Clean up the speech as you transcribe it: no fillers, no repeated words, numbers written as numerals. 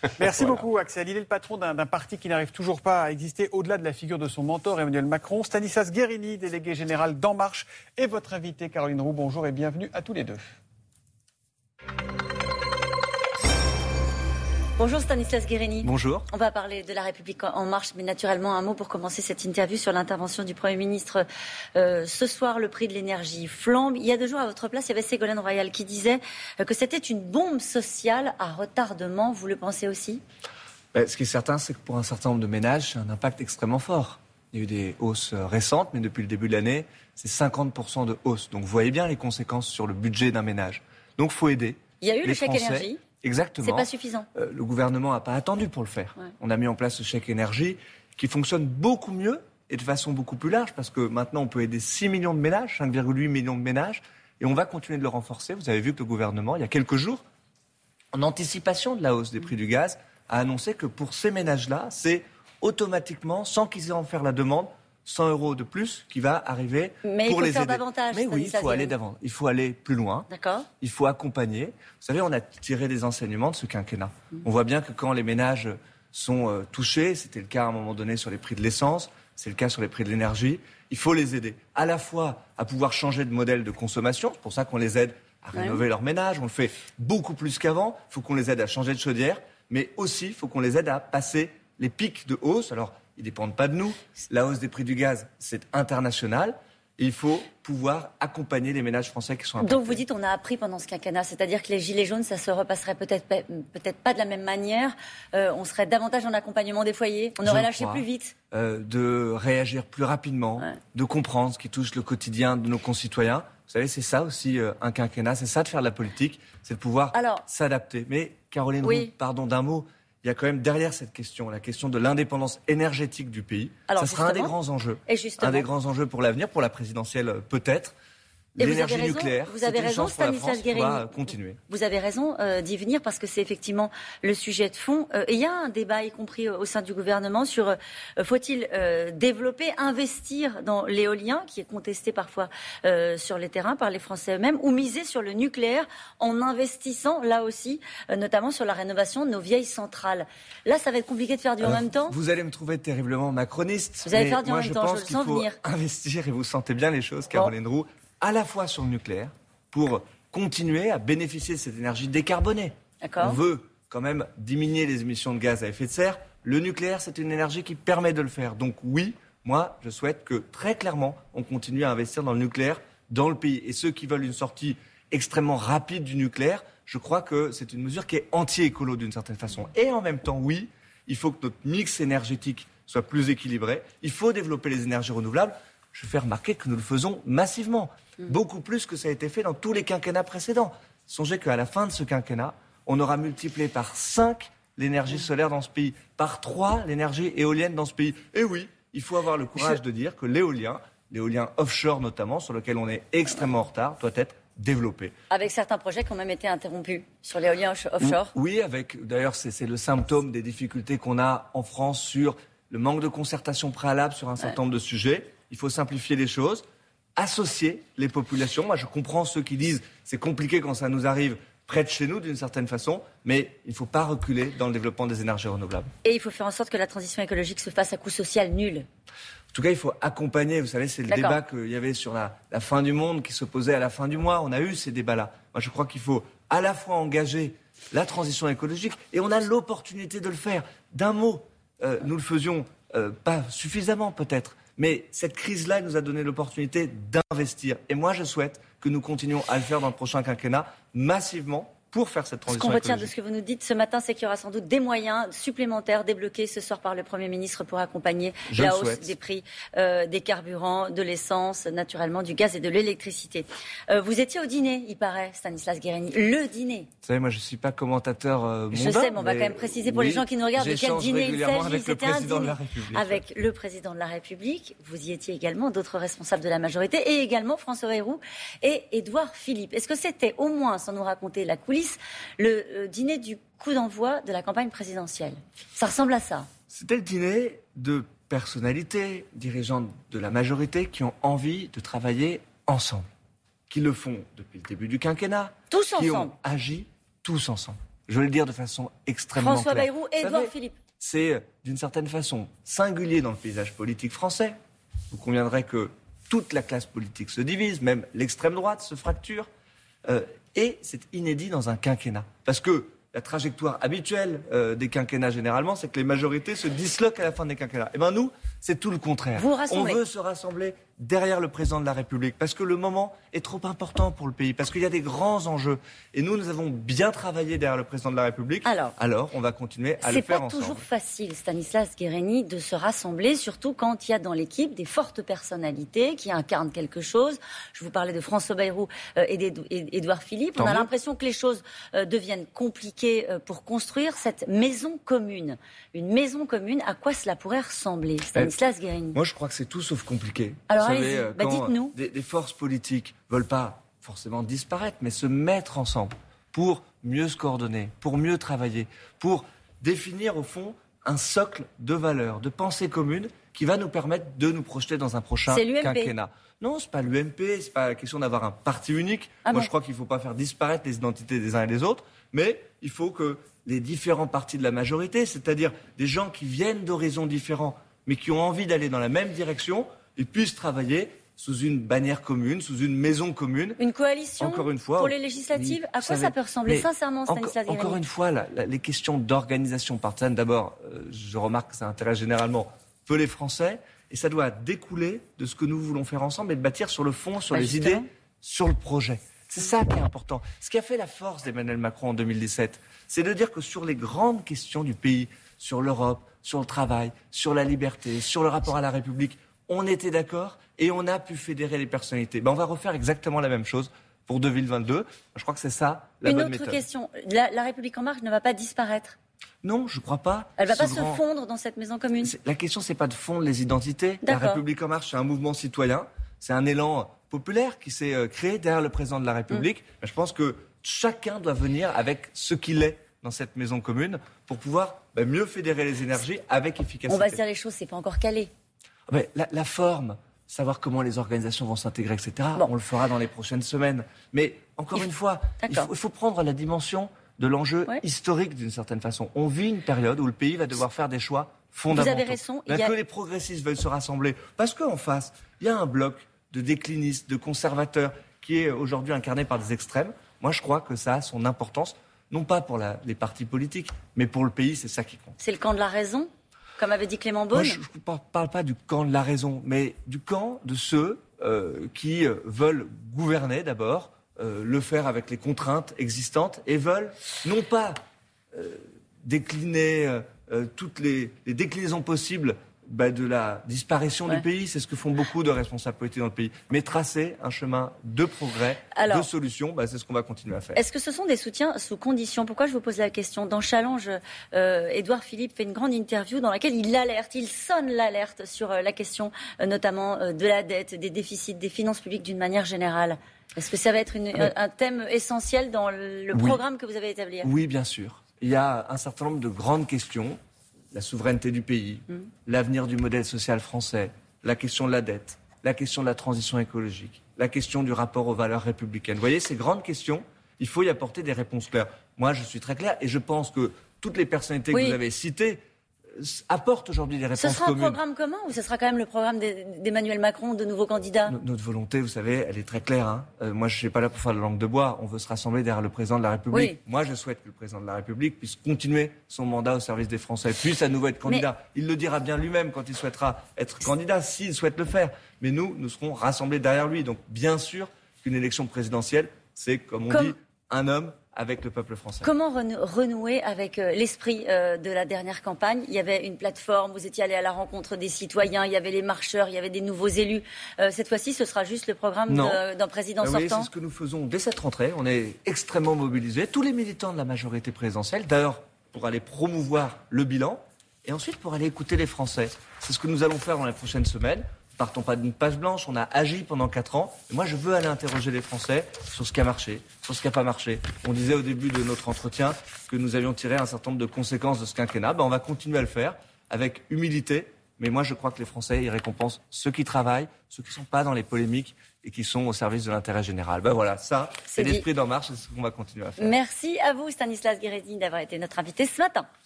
Merci beaucoup, Axel. Il est le patron d'un parti qui n'arrive toujours pas à exister au-delà de la figure de son mentor, Emmanuel Macron. Stanislas Guerini, délégué général d'En Marche, et votre invité, Caroline Roux. Bonjour et bienvenue à tous les deux. Bonjour Stanislas Guerini. Bonjour. On va parler de La République En Marche, mais naturellement un mot pour commencer cette interview sur l'intervention du Premier ministre. Ce soir, le prix de l'énergie flambe. Il y a 2 jours, à votre place, il y avait Ségolène Royal qui disait que c'était une bombe sociale à retardement. Vous le pensez aussi ? Ce qui est certain, c'est que pour un certain nombre de ménages, c'est un impact extrêmement fort. Il y a eu des hausses récentes, mais depuis le début de l'année, c'est 50% de hausse. Donc vous voyez bien les conséquences sur le budget d'un ménage. Donc il faut aider. Il y a eu les le chèque Français. énergie. Exactement. C'est pas suffisant. Le gouvernement n'a pas attendu pour le faire. Ouais. On a mis en place ce chèque énergie qui fonctionne beaucoup mieux et de façon beaucoup plus large parce que maintenant on peut aider 6 millions de ménages, 5,8 millions de ménages et on va continuer de le renforcer. Vous avez vu que le gouvernement, il y a quelques jours, en anticipation de la hausse des prix du gaz, a annoncé que pour ces ménages-là, c'est automatiquement, sans qu'ils aient à en faire la demande, 100 € de plus qui va arriver mais pour les aider. Mais il faut faire davantage. Mais oui, il faut aller d'avant. Il faut aller plus loin. D'accord. Il faut accompagner. Vous savez, on a tiré des enseignements de ce quinquennat. On voit bien que quand les ménages sont touchés, c'était le cas à un moment donné sur les prix de l'essence, c'est le cas sur les prix de l'énergie, il faut les aider. À la fois à pouvoir changer de modèle de consommation, c'est pour ça qu'on les aide à rénover leur ménage, on le fait beaucoup plus qu'avant, il faut qu'on les aide à changer de chaudière, mais aussi il faut qu'on les aide à passer les pics de hausse. Alors, ils ne dépendent pas de nous. La hausse des prix du gaz, c'est international. Et il faut pouvoir accompagner les ménages français qui sont impactés. Donc vous dites on a appris pendant ce quinquennat, c'est-à-dire que les gilets jaunes, ça se repasserait peut-être pas de la même manière. On serait davantage en accompagnement des foyers. On aurait lâché plus vite. De réagir plus rapidement, de comprendre ce qui touche le quotidien de nos concitoyens. Vous savez, c'est ça aussi un quinquennat, c'est ça de faire de la politique, c'est de pouvoir s'adapter. Mais Caroline Roux, pardon d'un mot. Il y a quand même derrière cette question, la question de l'indépendance énergétique du pays. Ça sera un des grands enjeux. Un des grands enjeux pour l'avenir, pour la présidentielle peut-être. L'énergie nucléaire, vous avez raison, Stanislas Guerini. Va continuer. Vous avez raison d'y venir parce que c'est effectivement le sujet de fond. Et il y a un débat, y compris au sein du gouvernement, sur faut-il développer, investir dans l'éolien, qui est contesté parfois sur les terrains par les Français eux-mêmes, ou miser sur le nucléaire en investissant, là aussi, notamment sur la rénovation de nos vieilles centrales. Là, ça va être compliqué de faire du en même temps. Vous allez me trouver terriblement macroniste. Vous allez faire du en même temps, je le sens venir. Investir, et vous sentez bien les choses, Caroline Roux, à la fois sur le nucléaire, pour continuer à bénéficier de cette énergie décarbonée. D'accord. On veut quand même diminuer les émissions de gaz à effet de serre. Le nucléaire, c'est une énergie qui permet de le faire. Donc oui, moi, je souhaite que très clairement, on continue à investir dans le nucléaire dans le pays. Et ceux qui veulent une sortie extrêmement rapide du nucléaire, je crois que c'est une mesure qui est anti-écolo d'une certaine façon. Et en même temps, oui, il faut que notre mix énergétique soit plus équilibré. Il faut développer les énergies renouvelables. Je fais remarquer que nous le faisons massivement. Beaucoup plus que ça a été fait dans tous les quinquennats précédents. Songez qu'à la fin de ce quinquennat, on aura multiplié par 5 l'énergie solaire dans ce pays, par 3 l'énergie éolienne dans ce pays. Et oui, il faut avoir le courage de dire que l'éolien offshore notamment, sur lequel on est extrêmement en retard, doit être développé. Avec certains projets qui ont même été interrompus sur l'éolien offshore. Oui, d'ailleurs c'est le symptôme des difficultés qu'on a en France sur le manque de concertation préalable sur un certain nombre de sujets. Il faut simplifier les choses. Associer les populations. Moi, je comprends ceux qui disent c'est compliqué quand ça nous arrive près de chez nous, d'une certaine façon, mais il ne faut pas reculer dans le développement des énergies renouvelables. Et il faut faire en sorte que la transition écologique se fasse à coût social nul. En tout cas, il faut accompagner. Vous savez, c'est le débat qu'il y avait sur la fin du monde qui s'opposait à la fin du mois. On a eu ces débats-là. Moi, je crois qu'il faut à la fois engager la transition écologique et on a l'opportunité de le faire. D'un mot, nous le faisions pas suffisamment peut-être. Mais cette crise-là nous a donné l'opportunité d'investir. Et moi, je souhaite que nous continuions à le faire dans le prochain quinquennat, massivement, pour faire cette transition écologique. Ce qu'on retient de ce que vous nous dites ce matin, c'est qu'il y aura sans doute des moyens supplémentaires débloqués ce soir par le Premier ministre pour accompagner la hausse des prix des carburants, de l'essence, naturellement, du gaz et de l'électricité. Vous étiez au dîner, il paraît, Stanislas Guerini. Le dîner. Vous savez, moi, je ne suis pas commentateur mondain. Je sais, mais on va quand même préciser pour les gens qui nous regardent de quel dîner il s'agit. Avec le président de la République. Avec le président de la République. Vous y étiez également, d'autres responsables de la majorité, et également François Bayrou et Édouard Philippe. Est-ce que c'était au moins, sans nous raconter la coulisse, le dîner du coup d'envoi de la campagne présidentielle? Ça ressemble à ça. C'était le dîner de personnalités, dirigeantes de la majorité, qui ont envie de travailler ensemble, qui le font depuis le début du quinquennat, tous qui ensemble. ont agi tous ensemble. Je veux le dire de façon extrêmement François claire. Bayrou et Édouard Philippe. C'est d'une certaine façon singulier dans le paysage politique français. Vous conviendrez que toute la classe politique se divise, même l'extrême droite se fracture. Et c'est inédit dans un quinquennat. Parce que la trajectoire habituelle des quinquennats, généralement, c'est que les majorités se disloquent à la fin des quinquennats. Eh bien, nous, c'est tout le contraire. On veut se rassembler derrière le président de la République, parce que le moment est trop important pour le pays, parce qu'il y a des grands enjeux. Et nous avons bien travaillé derrière le président de la République. Alors on va continuer à le faire ensemble. C'est pas toujours facile, Stanislas Guerini, de se rassembler, surtout quand il y a dans l'équipe des fortes personnalités qui incarnent quelque chose. Je vous parlais de François Bayrou et d'Édouard Philippe. On a l'impression que les choses deviennent compliquées pour construire cette maison commune. Une maison commune, à quoi cela pourrait ressembler, Stanislas Guerini? Moi, je crois que c'est tout sauf compliqué. Alors, vous savez, quand dites-nous. Des forces politiques ne veulent pas forcément disparaître, mais se mettre ensemble pour mieux se coordonner, pour mieux travailler, pour définir au fond un socle de valeurs, de pensées communes qui va nous permettre de nous projeter dans un prochain quinquennat. Non, c'est pas l'UMP, c'est pas la question d'avoir un parti unique. Moi, je crois qu'il ne faut pas faire disparaître les identités des uns et des autres, mais il faut que les différents partis de la majorité, c'est-à-dire des gens qui viennent d'horizons différents, mais qui ont envie d'aller dans la même direction, ils puissent travailler sous une bannière commune, sous une maison commune. Une coalition, encore une fois, pour les législatives, à quoi ça peut ressembler, sincèrement, Stanislas Guerini? Encore une fois, les questions d'organisation partisane, d'abord, je remarque que ça intéresse généralement peu les Français, et ça doit découler de ce que nous voulons faire ensemble et de bâtir sur le fond, sur les idées, sur le projet. C'est ça qui est important. Ce qui a fait la force d'Emmanuel Macron en 2017, c'est de dire que sur les grandes questions du pays, sur l'Europe, sur le travail, sur la liberté, sur le rapport à la République, on était d'accord et on a pu fédérer les personnalités. On va refaire exactement la même chose pour 2022. Je crois que c'est ça la bonne méthode. Une autre question. La République En Marche ne va pas disparaître? Non, je ne crois pas. Elle ne va pas se fondre dans cette maison commune? La question, ce n'est pas de fondre les identités. La République En Marche, c'est un mouvement citoyen. C'est un élan populaire qui s'est créé derrière le président de la République. Je pense que chacun doit venir avec ce qu'il est dans cette maison commune pour pouvoir mieux fédérer les énergies avec efficacité. On va se dire les choses, c'est pas encore calé. La forme, savoir comment les organisations vont s'intégrer, etc., on le fera dans les prochaines semaines. Mais encore une fois, il faut prendre la dimension de l'enjeu historique d'une certaine façon. On vit une période où le pays va devoir faire des choix fondamentaux. Vous avez raison. Que les progressistes veulent se rassembler. Parce qu'en face, il y a un bloc de déclinistes, de conservateurs, qui est aujourd'hui incarné par des extrêmes. Moi, je crois que ça a son importance, non pas pour les partis politiques, mais pour le pays, c'est ça qui compte. C'est le camp de la raison, comme avait dit Clément Beaune? Moi, je ne parle pas du camp de la raison, mais du camp de ceux qui veulent gouverner d'abord, le faire avec les contraintes existantes, et veulent non pas décliner toutes les déclinaisons possibles de la disparition du pays, c'est ce que font beaucoup de responsables politiques dans le pays, mais tracer un chemin de progrès, de solutions, c'est ce qu'on va continuer à faire. Est-ce que ce sont des soutiens sous condition? Pourquoi je vous pose la question? Dans Challenge, Édouard Philippe fait une grande interview dans laquelle il sonne l'alerte sur la question notamment de la dette, des déficits, des finances publiques d'une manière générale. Est-ce que ça va être un thème essentiel dans le programme que vous avez établi? Oui, bien sûr. Il y a un certain nombre de grandes questions. La souveraineté du pays, l'avenir du modèle social français, la question de la dette, la question de la transition écologique, la question du rapport aux valeurs républicaines. Vous voyez, ces grandes questions, il faut y apporter des réponses claires. Moi, je suis très clair et je pense que toutes les personnalités que vous avez citées apportent aujourd'hui des réponses communes. Ce sera un programme commun ou ce sera quand même le programme d'Emmanuel Macron, de nouveaux candidats? Notre volonté, vous savez, elle est très claire. Moi, je ne suis pas là pour faire la langue de bois. On veut se rassembler derrière le président de la République. Moi, je souhaite que le président de la République puisse continuer son mandat au service des Français, puisse à nouveau être candidat. Il le dira bien lui-même quand il souhaitera être candidat, s'il souhaite le faire. Mais nous serons rassemblés derrière lui. Donc, bien sûr qu'une élection présidentielle, c'est, comme on dit, un homme avec le peuple français. Comment renouer avec l'esprit de la dernière campagne? Il y avait une plateforme, vous étiez allé à la rencontre des citoyens, il y avait les marcheurs, il y avait des nouveaux élus. Cette fois-ci, ce sera juste le programme d'un président sortant? C'est ce que nous faisons dès cette rentrée. On est extrêmement mobilisés, tous les militants de la majorité présidentielle, d'ailleurs pour aller promouvoir le bilan et ensuite pour aller écouter les Français. C'est ce que nous allons faire dans les prochaines semaines. Partons pas d'une page blanche, on a agi pendant 4 ans. Et moi, je veux aller interroger les Français sur ce qui a marché, sur ce qui n'a pas marché. On disait au début de notre entretien que nous avions tiré un certain nombre de conséquences de ce quinquennat. On va continuer à le faire avec humilité, Mais moi, je crois que les Français, ils récompensent ceux qui travaillent, ceux qui ne sont pas dans les polémiques et qui sont au service de l'intérêt général. Ben voilà, ça, c'est l'esprit d'En Marche et c'est ce qu'on va continuer à faire. Merci à vous, Stanislas Guerini, d'avoir été notre invité ce matin.